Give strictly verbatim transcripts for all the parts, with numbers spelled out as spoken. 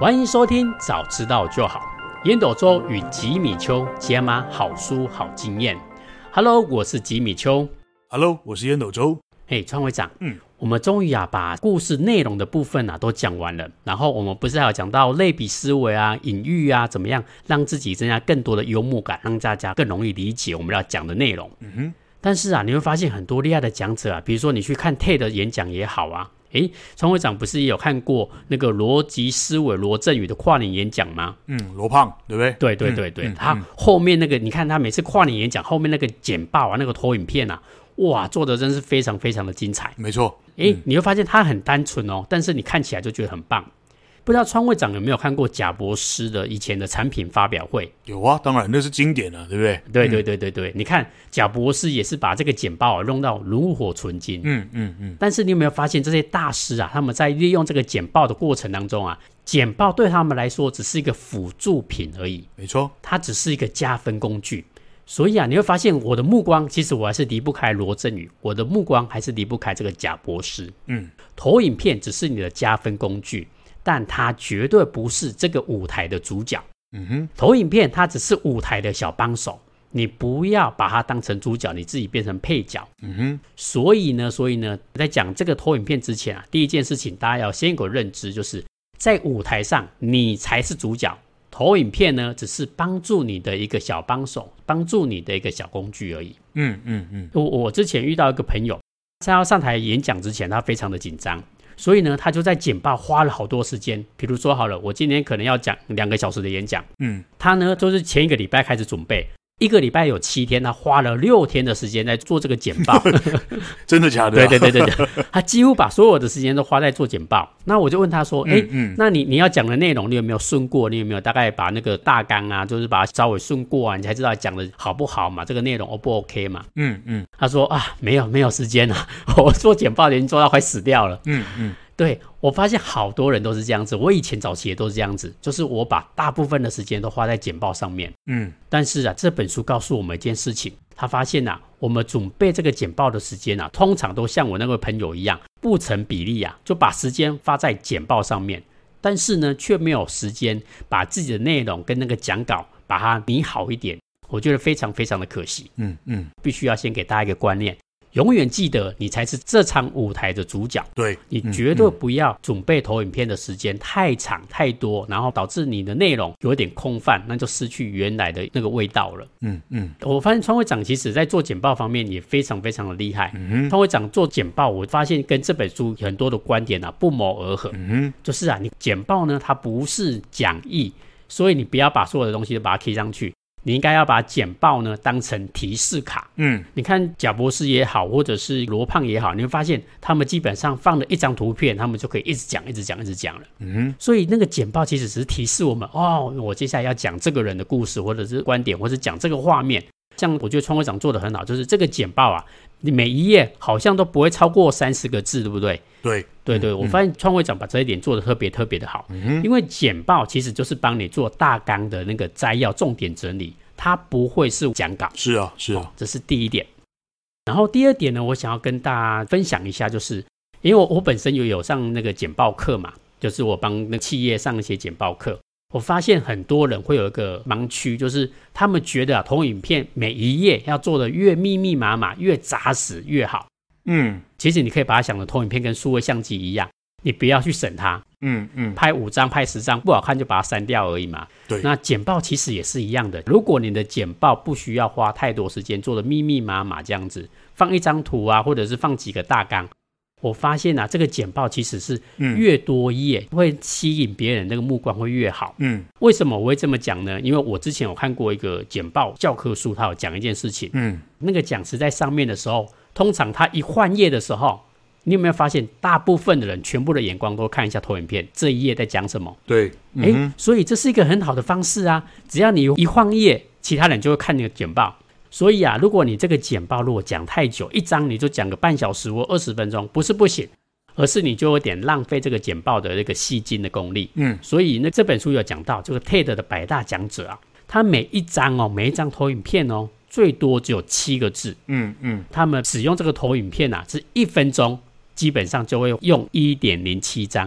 欢迎收听早知道就好，烟斗周与吉米邱解码好书好经验。Hello， 我是吉米邱。 Hello， 我是烟斗周。 嘿，川会长， 嗯， 我们终于啊把故事内容的部分啊都讲完了，然后我们不是还有讲到类比思维啊、隐喻啊，怎么样让自己增加更多的幽默感，让大家更容易理解我们要讲的内容。 嗯哼。 但是啊，你会发现很多厉害的讲者啊，比如说你去看 T E D 的演讲也好啊，诶，川会长不是也有看过那个逻辑思维罗振宇的跨年演讲吗？ 嗯，罗胖，对不对？ 对对对对， 嗯、 他后面那个，你看他每次跨年演讲后面那个简报啊，那个投影片啊，哇，做的真是非常非常的精彩。 没错， 诶，你会发现他很单纯哦，但是你看起来就觉得很棒。不知道川会长有没有看过贾博士的以前的产品发表会？ 有啊，当然那是经典了，对不对？ 对对对对对，嗯、你看贾博士也是把这个简报啊弄到炉火纯青。 嗯嗯嗯。 但是你有没有发现这些大师啊，他们在利用这个简报的过程当中啊，简报对他们来说只是一个辅助品而已。 没错， 它只是一个加分工具。所以啊，你会发现我的目光其实我还是离不开罗振宇，我的目光还是离不开这个贾博士。 嗯， 投影片只是你的加分工具。但它绝对不是这个舞台的主角。 嗯哼， 投影片它只是舞台的小帮手，你不要把它当成主角，你自己变成配角。 嗯哼， 所以呢，所以呢，在讲这个投影片之前啊，第一件事情大家要先有个认知，就是在舞台上你才是主角，投影片呢只是帮助你的一个小帮手，帮助你的一个小工具而已。 嗯嗯嗯， 我我之前遇到一个朋友，在要上台演讲之前，他非常的紧张。所以呢，他就在简报花了好多时间。比如说好了，我今天可能要讲两个小时的演讲，嗯，他呢就是前一个礼拜开始准备，一个礼拜有七天，他花了六天的时间在做这个简报。 真的假的、啊？ 对对对对对，他几乎把所有的时间都花在做简报。那我就问他说，哎、嗯嗯，那你你要讲的内容，你有没有顺过？你有没有大概把那个大纲啊，就是把它稍微顺过啊，你才知道讲的好不好嘛？这个内容 O 不 OK 嘛？嗯嗯，他说啊，没有没有时间啊，我做简报已经做到快死掉了。嗯嗯。对，我发现好多人都是这样子，我以前早期也都是这样子，就是我把大部分的时间都花在简报上面。嗯，但是啊，这本书告诉我们一件事情，他发现啊，我们准备这个简报的时间啊，通常都像我那位朋友一样，不成比例啊，就把时间花在简报上面，但是呢，却没有时间把自己的内容跟那个讲稿把它拟好一点，我觉得非常非常的可惜。嗯嗯，必须要先给大家一个观念。永远记得你才是这场舞台的主角， 对， 你绝对不要准备投影片的时间太长太多，然后导致你的内容有点空泛，那就失去原来的那个味道了。嗯嗯，我发现川会长其实在做简报方面也非常非常的厉害。嗯，川会长做简报，我发现跟这本书很多的观点啊不谋而合。嗯，就是啊，你简报呢它不是讲义，所以你不要把所有的东西都把它贴上去。你应该要把简报呢当成提示卡。嗯，你看贾博士也好，或者是罗胖也好，你会发现他们基本上放了一张图片，他们就可以一直讲、一直讲、一直讲了。嗯，所以那个简报其实只是提示我们，哦，我接下来要讲这个人的故事，或者是观点，或者是讲这个画面。像我觉得川会长做得很好，就是这个简报啊，你每一页好像都不会超过三十个字，对不对？ 对对对，我发现川会长把这一点做得特别特别的好。嗯，因为简报其实就是帮你做大纲的那个摘要、重点整理，它不会是讲稿。 是啊是啊、哦， 这是第一点。然后第二点呢，我想要跟大家分享一下，就是因为 我, 我本身有有上那个简报课嘛，就是我帮那企业上一些简报课。我发现很多人会有一个盲区，就是他们觉得啊，投影片每一页要做的越密密麻麻、越扎实越好。嗯，其实你可以把它想的投影片跟数位相机一样，你不要去审它。嗯嗯，拍五张、拍十张不好看就把它删掉而已嘛。 对， 那简报其实也是一样的。如果你的简报不需要花太多时间做的密密麻麻这样子，放一张图啊，或者是放几个大纲。我发现啊，这个简报其实是越多页、嗯、会吸引别人那个目光会越好。嗯，为什么我会这么讲呢？因为我之前有看过一个简报教科书，他有讲一件事情。嗯，那个讲师在上面的时候，通常他一换页的时候，你有没有发现大部分的人全部的眼光都看一下投影片，这一页在讲什么？ 对， 嗯、诶，所以这是一个很好的方式啊，只要你一换页，其他人就会看你的简报。所以啊，如果你这个简报如果讲太久，一张你就讲个半小时或二十分钟，不是不行，而是你就有点浪费这个简报的那个吸睛的功力。嗯，所以那这本书有讲到这个 T E D 的百大讲者啊，他每一张哦，每一张投影片哦，最多只有七个字。嗯嗯，他们使用这个投影片啊，是一分钟，基本上就会用 一点零七 张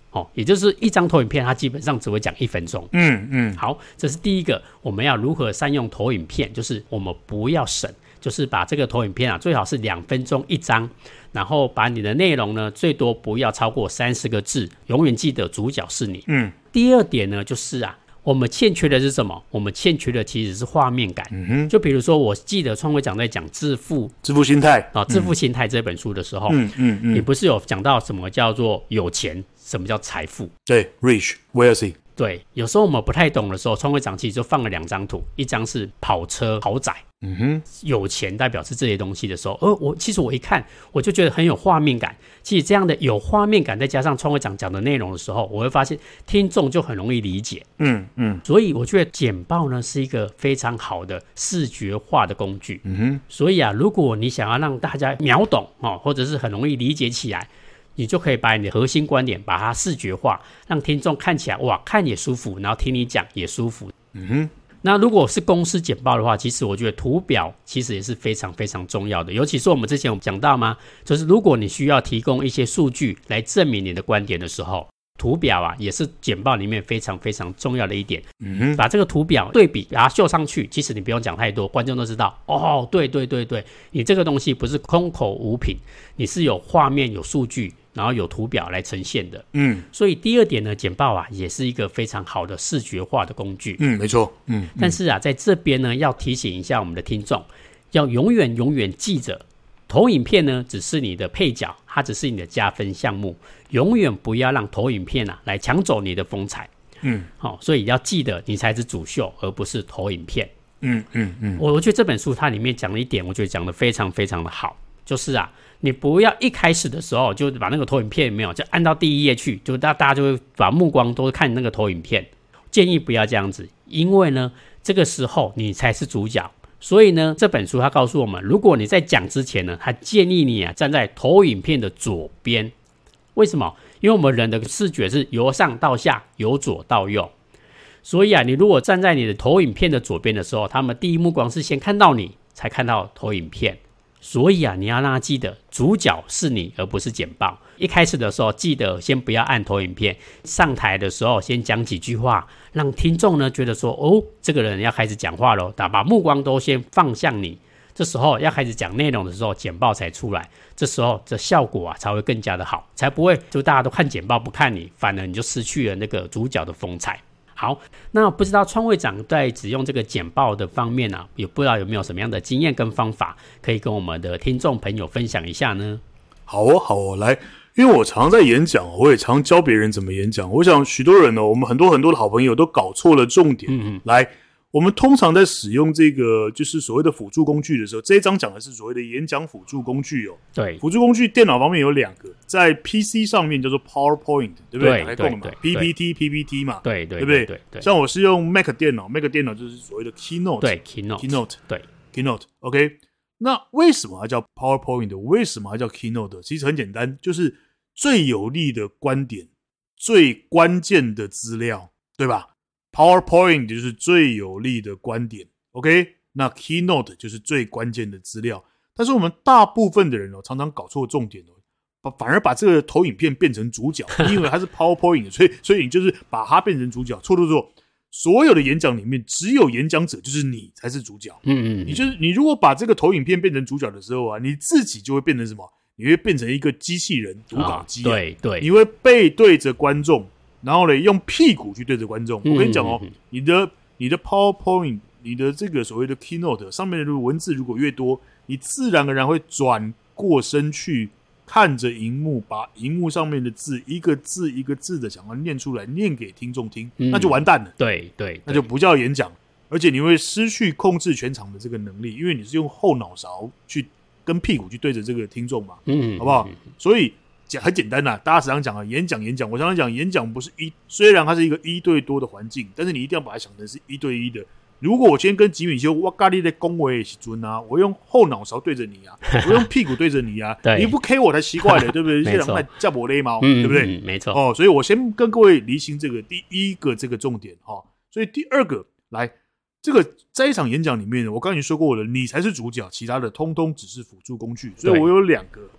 哦，也就是一张投影片它基本上只会讲一分钟。 嗯嗯， 好，这是第一个，我们要如何善用投影片，就是我们不要省，就是把这个投影片啊最好是两分钟一张，然后把你的内容呢最多不要超过三十个字，永远记得主角是你。 嗯， 第二点呢就是啊，我们欠缺的是什么？我们欠缺的其实是画面感。 嗯哼， 就比如说，我记得创会长在讲致富、 致富心态啊，致富心态这本书的时候， 嗯嗯嗯， 你不是有讲到什么叫做有钱，什么叫财富？ 对 ，rich wealthy。 对，有时候我们不太懂的时候，创会长其实就放了两张图，一张是跑车豪宅， 嗯哼， 有钱代表是这些东西的时候，而我其实我一看，我就觉得很有画面感。其实这样的有画面感，再加上创会长讲的内容的时候，我会发现听众就很容易理解。 嗯嗯， 所以我觉得简报呢是一个非常好的视觉化的工具。 嗯哼， 所以啊，如果你想要让大家秒懂哦，或者是很容易理解起来，你就可以把你的核心观点把它视觉化，让听众看起来哇，看也舒服，然后听你讲也舒服。 嗯哼。 那如果是公司简报的话，其实我觉得图表其实也是非常非常重要的，尤其是我们之前有讲到吗？就是如果你需要提供一些数据来证明你的观点的时候，图表啊也是简报里面非常非常重要的一点。嗯哼，把这个图表对比把它秀上去，其实你不用讲太多，观众都知道哦，对对对对，你这个东西不是空口无凭，你是有画面有数据，然后有图表来呈现的。嗯，所以第二点呢，简报啊也是一个非常好的视觉化的工具。 嗯，没错。嗯，嗯但是啊，在这边呢，要提醒一下我们的听众，要永远永远记着，投影片呢只是你的配角，它只是你的加分项目，永远不要让投影片啊来抢走你的风采。嗯，好、哦，所以要记得你才是主秀，而不是投影片。 嗯嗯嗯， 我我觉得这本书它里面讲了一点，我觉得讲得非常非常的好，就是啊，你不要一开始的时候就把那个投影片没有就按到第一页去，就大大家就会把目光都看那个投影片。建议不要这样子，因为呢，这个时候你才是主角。所以呢，这本书它告诉我们，如果你在讲之前呢，它建议你啊站在投影片的左边。为什么？因为我们人的视觉是由上到下，由左到右。所以啊，你如果站在你的投影片的左边的时候，他们第一目光是先看到你，才看到投影片。所以啊，你要让他记得，主角是你，而不是简报。一开始的时候，记得先不要按投影片，上台的时候先讲几句话，让听众呢觉得说，哦，这个人要开始讲话咯，把目光都先放向你。这时候要开始讲内容的时候，简报才出来，这时候这效果啊才会更加的好，才不会就大家都看简报不看你，反而你就失去了那个主角的风采。好，那不知道创会长在使用这个简报的方面啊，也不知道有没有什么样的经验跟方法，可以跟我们的听众朋友分享一下呢？ 好哦，好哦，来，因为我常在演讲，我也常教别人怎么演讲。我想许多人呢、哦，我们很多很多的好朋友都搞错了重点。嗯嗯，来。我们通常在使用这个就是所谓的辅助工具的时候，这一章讲的是所谓的演讲辅助工具哦。 对， 辅助工具电脑方面有两个，在 P C 上面叫做 PowerPoint， 对不对？ 对对对 P P T、P P T 嘛， 对对对不对？ 对对对。 像我是用 Mac 电脑 ，Mac 电脑就是所谓的 Keynote， 对 Keynote，Keynote， 对 Keynote。OK， 那为什么它叫 PowerPoint？ 为什么它叫 Keynote？ 其实很简单，就是最有利的观点、最关键的资料，对吧？PowerPoint 就是最有利的观点 ，OK？ 那 Keynote 就是最关键的资料。但是我们大部分的人哦，常常搞错重点哦，反而把这个投影片变成主角，你以为它是 PowerPoint， 所以所以你就是把它变成主角。错错错！所有的演讲里面，只有演讲者就是你才是主角。嗯嗯，你就是你如果把这个投影片变成主角的时候啊，你自己就会变成什么？你会变成一个机器人读稿机、啊哦，对对， 你会背对着观众。然后呢，用屁股去对着观众。我跟你讲哦，你的你的 PowerPoint， 你的这个所谓的 Keynote 上面的文字如果越多，你自然而然会转过身去看着荧幕，把荧幕上面的字一个字一个字的想要念出来，念给听众听， 嗯、 那就完蛋了。 对 对, 对， 那就不叫演讲，而且你会失去控制全场的这个能力，因为你是用后脑勺去跟屁股去对着这个听众嘛，嗯，好不好？嗯、所以。讲很简单啦、啊，大家常常讲啊，演讲演讲，我常常讲，演讲不是一，虽然它是一个一对多的环境，但是你一定要把它想成是一对一的。如果我今天跟吉米修，我咖喱的恭维时尊啊，我用后脑勺对着你啊，我用屁股对着你啊，你不 K 我才奇怪了，对不对？这两块叫我勒毛，对不对？ 嗯，没错。 哦，所以我先跟各位厘清这个第一个这个重点哈、哦。所以第二个来。这个在一场演讲里面，我刚才已经说过了，你才是主角，其他的通通只是辅助工具。所以我有两个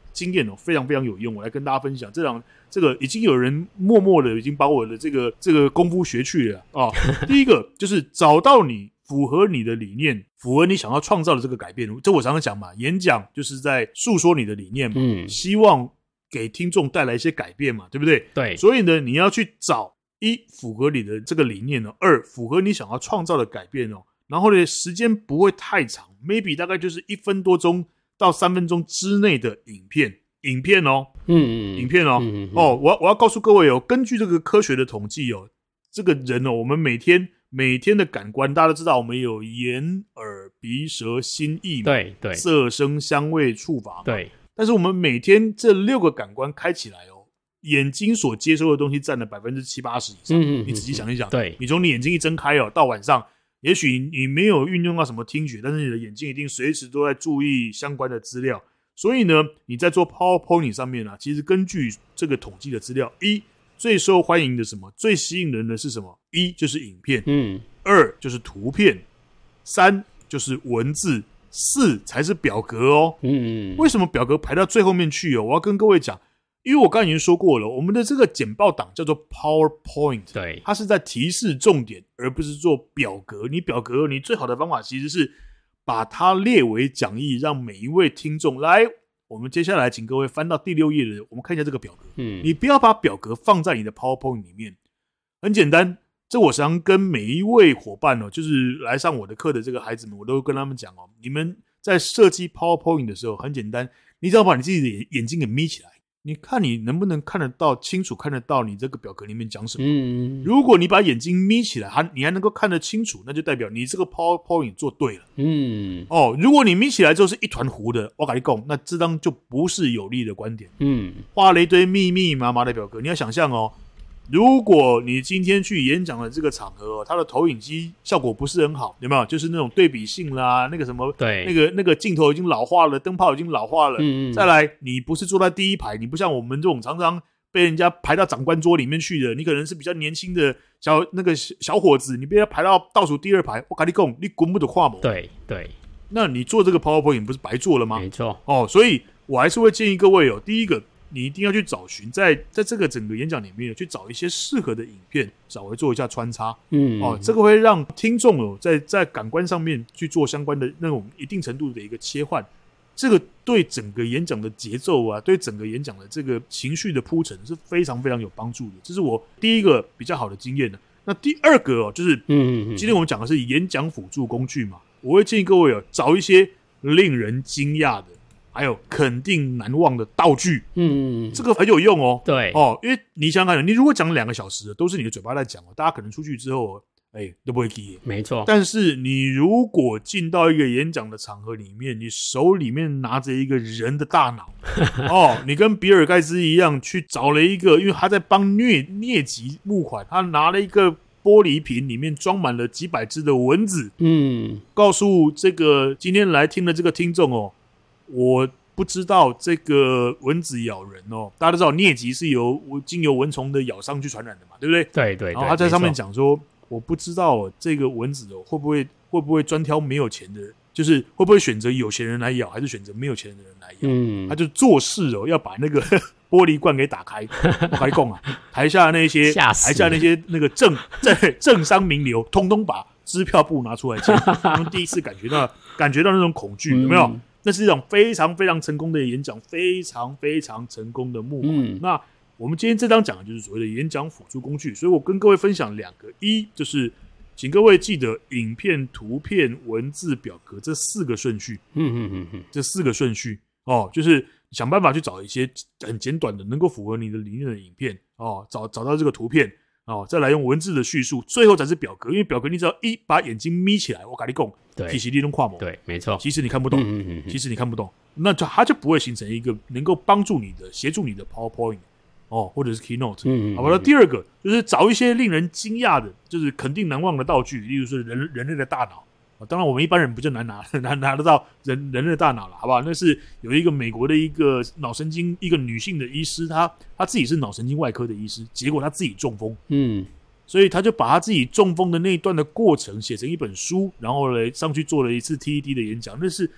经验哦，非常非常有用，我来跟大家分享。这两这个已经有人默默的已经把我的这个这个功夫学去了啊、哦。第一个就是找到你符合你的理念，符合你想要创造的这个改变。这我常常讲嘛，演讲就是在诉说你的理念嘛，嗯，希望给听众带来一些改变嘛，对不对？ 对， 所以呢，你要去找一符合你的这个理念哦，二符合你想要创造的改变哦。然后呢，时间不会太长 ，maybe 大概就是一分多钟到三分钟之内的影片，影片哦，嗯，影片哦，嗯嗯哦，我我要告诉各位哦，根据这个科学的统计哦，这个人哦，我们每天每天的感官，大家都知道，我们有眼、耳、鼻、舌、心、意嘛， 对对， 色、声、香味、触、法嘛， 对。 但是我们每天这六个感官开起来哦，眼睛所接收的东西占了百分之七八十以上，嗯嗯嗯，你仔细想一想，对，你从你眼睛一睁开哦，到晚上。也许你没有运用到什么听觉，但是你的眼睛一定随时都在注意相关的资料。所以呢，你在做 PowerPoint 上面啊，其实根据这个统计的资料，一最受欢迎的什么，最吸引人的是什么？一就是影片，嗯，二就是图片，三就是文字，四才是表格哦。嗯，为什么表格排到最后面去哦？我要跟各位讲。因为我刚才已经说过了，我们的这个简报档叫做 PowerPoint， 对，它是在提示重点，而不是做表格。你表格，你最好的方法其实是把它列为讲义，让每一位听众来。我们接下来请各位翻到第六页的，我们看一下这个表格。嗯，你不要把表格放在你的 PowerPoint 里面，很简单。这我常跟每一位伙伴哦，就是来上我的课的这个孩子们，我都跟他们讲哦，你们在设计 PowerPoint 的时候，很简单，你只要把你自己的眼睛给眯起来。你看你能不能看得到清楚看得到你这个表格里面讲什么、嗯、如果你把眼睛眯起来还你还能够看得清楚，那就代表你这个 PowerPoint 做对了、嗯、哦，如果你眯起来之后是一团糊的，我跟你讲，那这张就不是有利的观点。嗯，画了一堆密密麻麻的表格，你要想象哦，如果你今天去演讲的这个场合、哦、它的投影机效果不是很好，有没有？就是那种对比性啦，那个什么，对，那个那个镜头已经老化了，灯泡已经老化了。嗯嗯。再来，你不是坐在第一排，你不像我们这种常常被人家排到长官桌里面去的，你可能是比较年轻的小那个小伙子，你被他排到倒数第二排，我跟你讲，你根本就看不。对对。那你做这个 PowerPoint 不是白做了吗？没错。哦，所以我还是会建议各位哦，第一个。你一定要去找寻在在这个整个演讲里面去找一些适合的影片，稍微做一下穿插，嗯，哦，这个会让听众哦在在感官上面去做相关的那种一定程度的一个切换，这个对整个演讲的节奏啊，对整个演讲的这个情绪的铺陈是非常非常有帮助的，这是我第一个比较好的经验的。那第二个哦，就是嗯，今天我们讲的是演讲辅助工具嘛，我会建议各位哦找一些令人惊讶的。还有肯定难忘的道具，嗯，这个很有用哦。对哦，因为你想想看，你如果讲两个小时，都是你的嘴巴在讲哦，大家可能出去之后，哎，都不会记。没错。但是你如果进到一个演讲的场合里面，你手里面拿着一个人的大脑，哦，你跟比尔盖茨一样去找了一个，因为他在帮疟疟疾募款，他拿了一个玻璃瓶，里面装满了几百只的蚊子，嗯，告诉这个今天来听的这个听众哦。我不知道这个蚊子咬人哦，大家都知道疟疾是由经由蚊虫的咬伤去传染的嘛，对不对？对 对, 对。然后他在上面讲说，我不知道这个蚊子哦会不会会不会专挑没有钱的，就是会不会选择有钱人来咬，还是选择没有钱的人来咬？嗯，他就做事哦要把那个玻璃罐给打开。我跟你讲啊，台下那些台下那些那个政政商名流，通通把支票簿拿出来签，他们第一次感觉到感觉到那种恐惧，有没有？嗯，那是一种非常非常成功的演讲，非常非常成功的募款、嗯、那我们今天这章讲的就是所谓的演讲辅助工具，所以我跟各位分享两个，一就是请各位记得影片、图片、文字、表格这四个顺序，嗯嗯嗯嗯，这四个顺序哦，就是想办法去找一些很简短的能够符合你的理念的影片哦，找找到这个图片哦，再来用文字的叙述，最后才是表格，因为表格你只要一把眼睛眯起来，我跟你讲，对，其实你都看不懂，对，没错，其实你看不懂，嗯嗯嗯其实你看不懂，那就它就不会形成一个能够帮助你的、协助你的 PowerPoint 哦，或者是 Keynote，嗯嗯好吧。那第二个就是找一些令人惊讶的，就是肯定难忘的道具，例如说人人类的大脑。当然，我们一般人不就难拿难拿得到人人类的大脑了，好不好？那是有一个美国的一个脑神经一个女性的医师，她她自己是脑神经外科的医师，结果她自己中风，嗯，所以她就把她自己中风的那一段的过程写成一本书，然后呢上去做了一次 T E D 的演讲。那是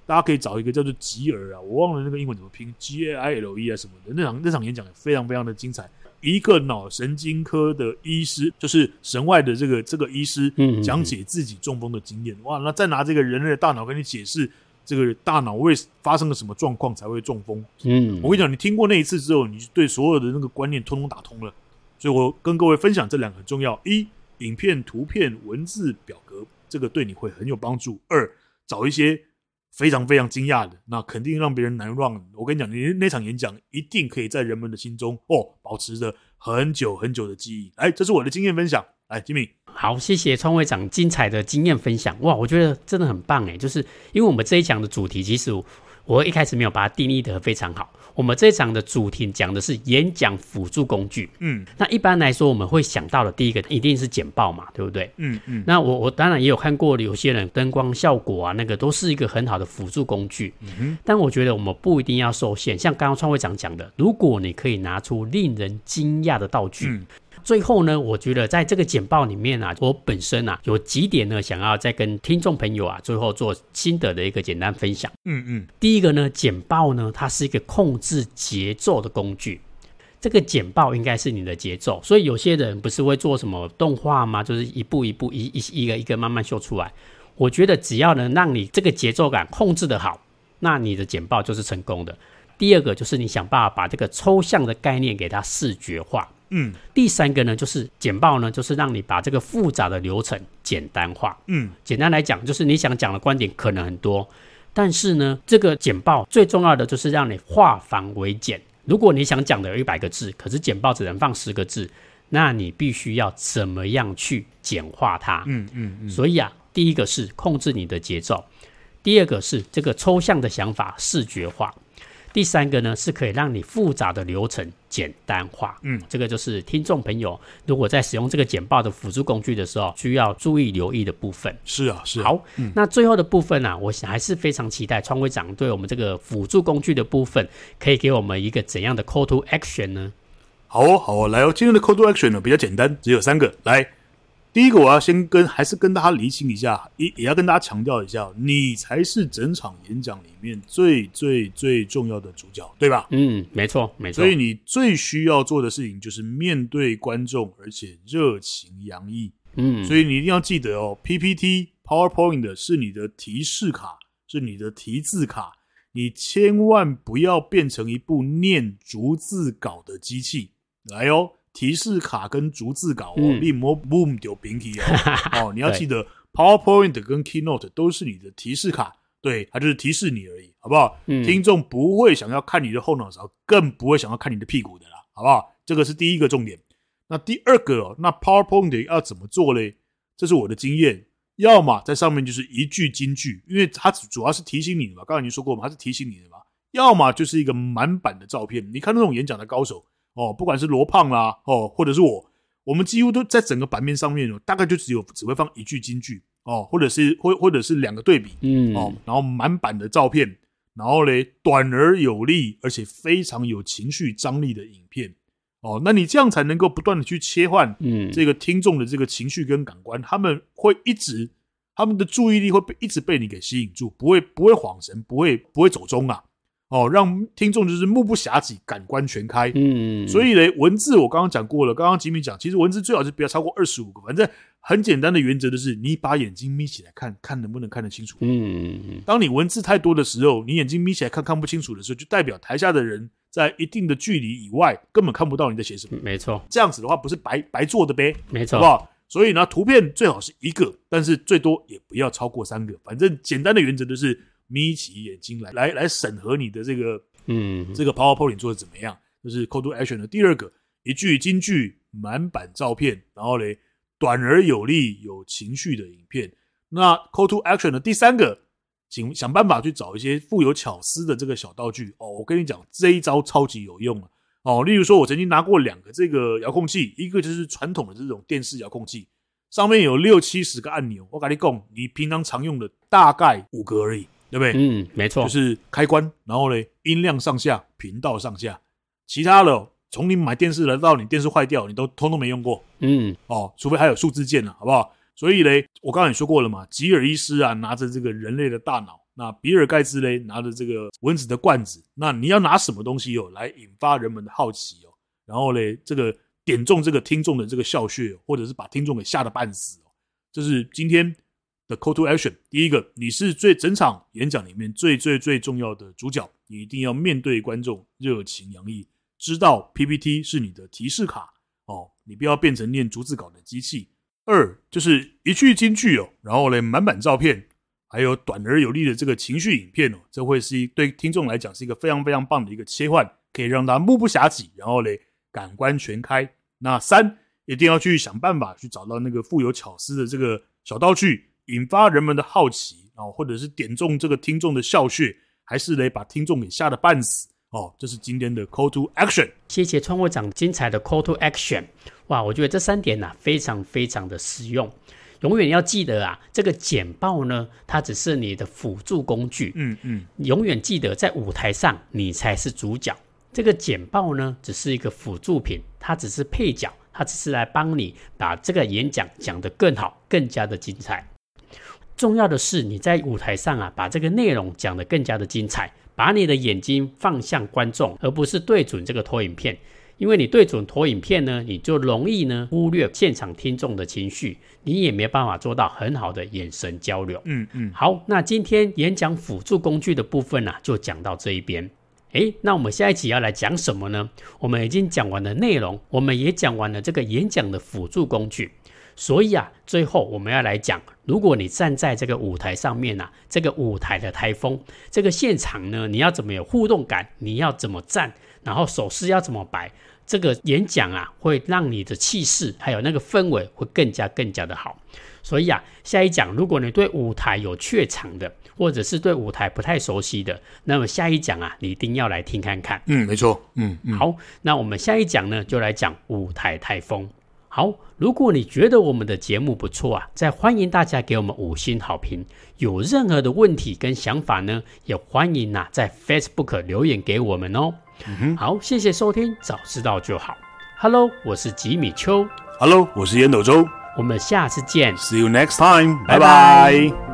大家可以找一个叫做吉尔啊，我忘了那个英文怎么拼 G A I L E 啊什么的，那场那场演讲也非常非常的精彩。一个脑神经科的医师，就是神外的这个这个医师讲解自己中风的经验，哇，那再拿这个人类的大脑跟你解释这个大脑为发生了什么状况才会中风。嗯，我跟你讲，你听过那一次之后，你对所有的那个观念通通打通了。所以我跟各位分享这两个很重要：一，影片、图片、文字、表格，这个对你会很有帮助；二，找一些非常非常惊讶的，那肯定让别人难忘。我跟你讲，你那场演讲一定可以在人们的心中哦，保持着很久很久的记忆。来，这是我的经验分享。来 ，Jimmy， 好，谢谢川会长精彩的经验分享。哇，我觉得真的很棒哎，就是因为我们这一讲的主题，其实我我一开始没有把它定义得非常好。我们这一场的主题讲的是演讲辅助工具，嗯，那一般来说我们会想到的第一个一定是简报嘛，对不对？嗯嗯。那我我当然也有看过有些人灯光效果啊，那个都是一个很好的辅助工具，嗯哼。但我觉得我们不一定要受限，像刚刚川会长讲的，如果你可以拿出令人惊讶的道具。嗯，最后呢，我觉得在这个简报里面啊，我本身啊有几点呢，想要再跟听众朋友啊最后做心得的一个简单分享。嗯嗯，第一个呢，简报呢，它是一个控制节奏的工具。这个简报应该是你的节奏，所以有些人不是会做什么动画吗？就是一步一步一一一个一个慢慢秀出来。我觉得只要能让你这个节奏感控制得好，那你的简报就是成功的。第二个就是你想办法把这个抽象的概念给它视觉化。嗯，第三个呢，就是简报呢，就是让你把这个复杂的流程简单化。嗯，简单来讲，就是你想讲的观点可能很多，但是呢，这个简报最重要的就是让你化繁为简。如果你想讲的有一百个字，可是简报只能放十个字，那你必须要怎么样去简化它？嗯嗯嗯。所以啊，第一个是控制你的节奏，第二个是这个抽象的想法视觉化。第三个呢，是可以让你复杂的流程简单化。嗯，这个就是听众朋友如果在使用这个简报的辅助工具的时候，需要注意留意的部分。 是啊，是啊。 好，嗯、那最后的部分啊，我还是非常期待川会长对我们这个辅助工具的部分，可以给我们一个怎样的 call to action 呢？ 好哦，好哦，来哦，今天的 call to action 呢比较简单，只有三个。来。第一个，我要先跟还是跟大家厘清一下，也也要跟大家强调一下，你才是整场演讲里面最最最重要的主角，对吧？ 嗯，没错，没错。 所以你最需要做的事情就是面对观众，而且热情洋溢。嗯，所以你一定要记得哦 ，P P T、PowerPoint 是你的提示卡，是你的提字卡，你千万不要变成一部念逐字稿的机器。来哦。提示卡跟逐字稿哦，嗯、你莫 boom 丢平起哦哦，你要记得 PowerPoint 跟 Keynote 都是你的提示卡，对，它就是提示你而已，好不好？嗯、听众不会想要看你的后脑勺，更不会想要看你的屁股的啦，好不好？这个是第一个重点。那第二个哦，那 PowerPoint 要怎么做嘞？这是我的经验，要么在上面就是一句金句，因为它主要是提醒你的嘛，刚才已经说过嘛，它是提醒你的嘛。要么就是一个满版的照片，你看那种演讲的高手。哦，不管是罗胖啦，哦，或者是我，我们几乎都在整个版面上面哦，大概就只有只会放一句金句哦，或者是或或者是两个对比，嗯，哦，然后满版的照片，然后嘞短而有力，而且非常有情绪张力的影片，哦，那你这样才能够不断的去切换，嗯，这个听众的这个情绪跟感官，他们会一直他们的注意力会被一直被你给吸引住，不会不会晃神，不会不会走中啊。哦，让听众就是目不暇接，感官全开。嗯，所以呢，文字我刚刚讲过了，刚刚吉米讲，其实文字最好是不要超过二十五个，反正很简单的原则就是，你把眼睛眯起来看，看能不能看得清楚。嗯，当你文字太多的时候，你眼睛眯起来看看不清楚的时候，就代表台下的人在一定的距离以外根本看不到你在写什么。 没错， 这样子的话不是白白做的呗？ 没错， 好不好？所以呢，图片最好是一个，但是最多也不要超过三个，反正简单的原则就是。眯起眼睛来，来来审核你的这个，嗯，这个 PowerPoint 做的怎么样？这是 Call to Action 的第二个，一句金句，满版照片，然后嘞，短而有力、有情绪的影片。那 Call to Action 的第三个，请想办法去找一些富有巧思的这个小道具哦。我跟你讲，这一招超级有用了哦。例如说，我曾经拿过两个这个遥控器，一个就是传统的这种电视遥控器，上面有六七十个按钮。我跟你讲，你平常常用的大概五个而已。对不对？ 嗯，没错， 就是开关，然后呢，音量上下、频道上下，其他的从你买电视来到你电视坏掉，你都通通没用过。嗯，哦，除非还有数字键了，好不好？所以呢，我刚才也说过了嘛，吉尔医师啊，拿着这个人类的大脑， 那比尔盖茨嘞拿着这个蚊子的罐子，那你要拿什么东西哦来引发人们的好奇哦，然后嘞这个点中这个听众的这个笑穴，或者是把听众给吓得半死哦。这是今天的 call to action。第一个，你是最整场演讲里面最最最重要的主角，你一定要面对观众热情洋溢，知道 P P T 是你的提示卡哦，你不要变成念逐字稿的机器。二就是一句金句哦，然后嘞满版照片，还有短而有力的这个情绪影片哦，这会是一对听众来讲是一个非常非常棒的一个切换，可以让他目不暇给，然后嘞感官全开。那三，一定要去想办法去找到那个富有巧思的这个小道具，引发人们的好奇，然后或者是点中这个听众的笑穴，还是嘞把听众给吓得半死哦。这是今天的 call to action。 谢谢创会长精彩的 call to action。哇，我觉得这三点啊非常非常的实用。永远要记得啊，这个简报呢，它只是你的辅助工具。嗯嗯，永远记得在舞台上你才是主角。这个简报呢，只是一个辅助品，它只是配角，它只是来帮你把这个演讲讲得更好，更加的精彩。重要的是你在舞台上啊，把这个内容讲得更加的精彩，把你的眼睛放向观众，而不是对准这个投影片。因为你对准投影片呢，你就容易呢忽略现场听众的情绪，你也没办法做到很好的眼神交流。嗯嗯，好，那今天演讲辅助工具的部分啊，就讲到这一边。诶，那我们下一集要来讲什么呢？我们已经讲完了内容，我们也讲完了这个演讲的辅助工具。所以啊，最后我们要来讲，如果你站在这个舞台上面啊，这个舞台的台风，这个现场呢，你要怎么有互动感？你要怎么站？然后手势要怎么摆？这个演讲啊，会让你的气势还有那个氛围会更加更加的好。所以啊，下一讲如果你对舞台有怯场的，或者是对舞台不太熟悉的，那么下一讲啊，你一定要来听看看。 嗯，没错。嗯嗯。 好，那我们下一讲呢，就来讲舞台台风。好，如果你觉得我们的节目不错啊，再欢迎大家给我们五星好评。有任何的问题跟想法呢，也欢迎啊在 Facebook 留言给我们哦。嗯、好，谢谢收听，早知道就好。Hello， 我是吉米邱。 Hello， 我是烟斗周。 我们下次见。 See you next time。拜拜。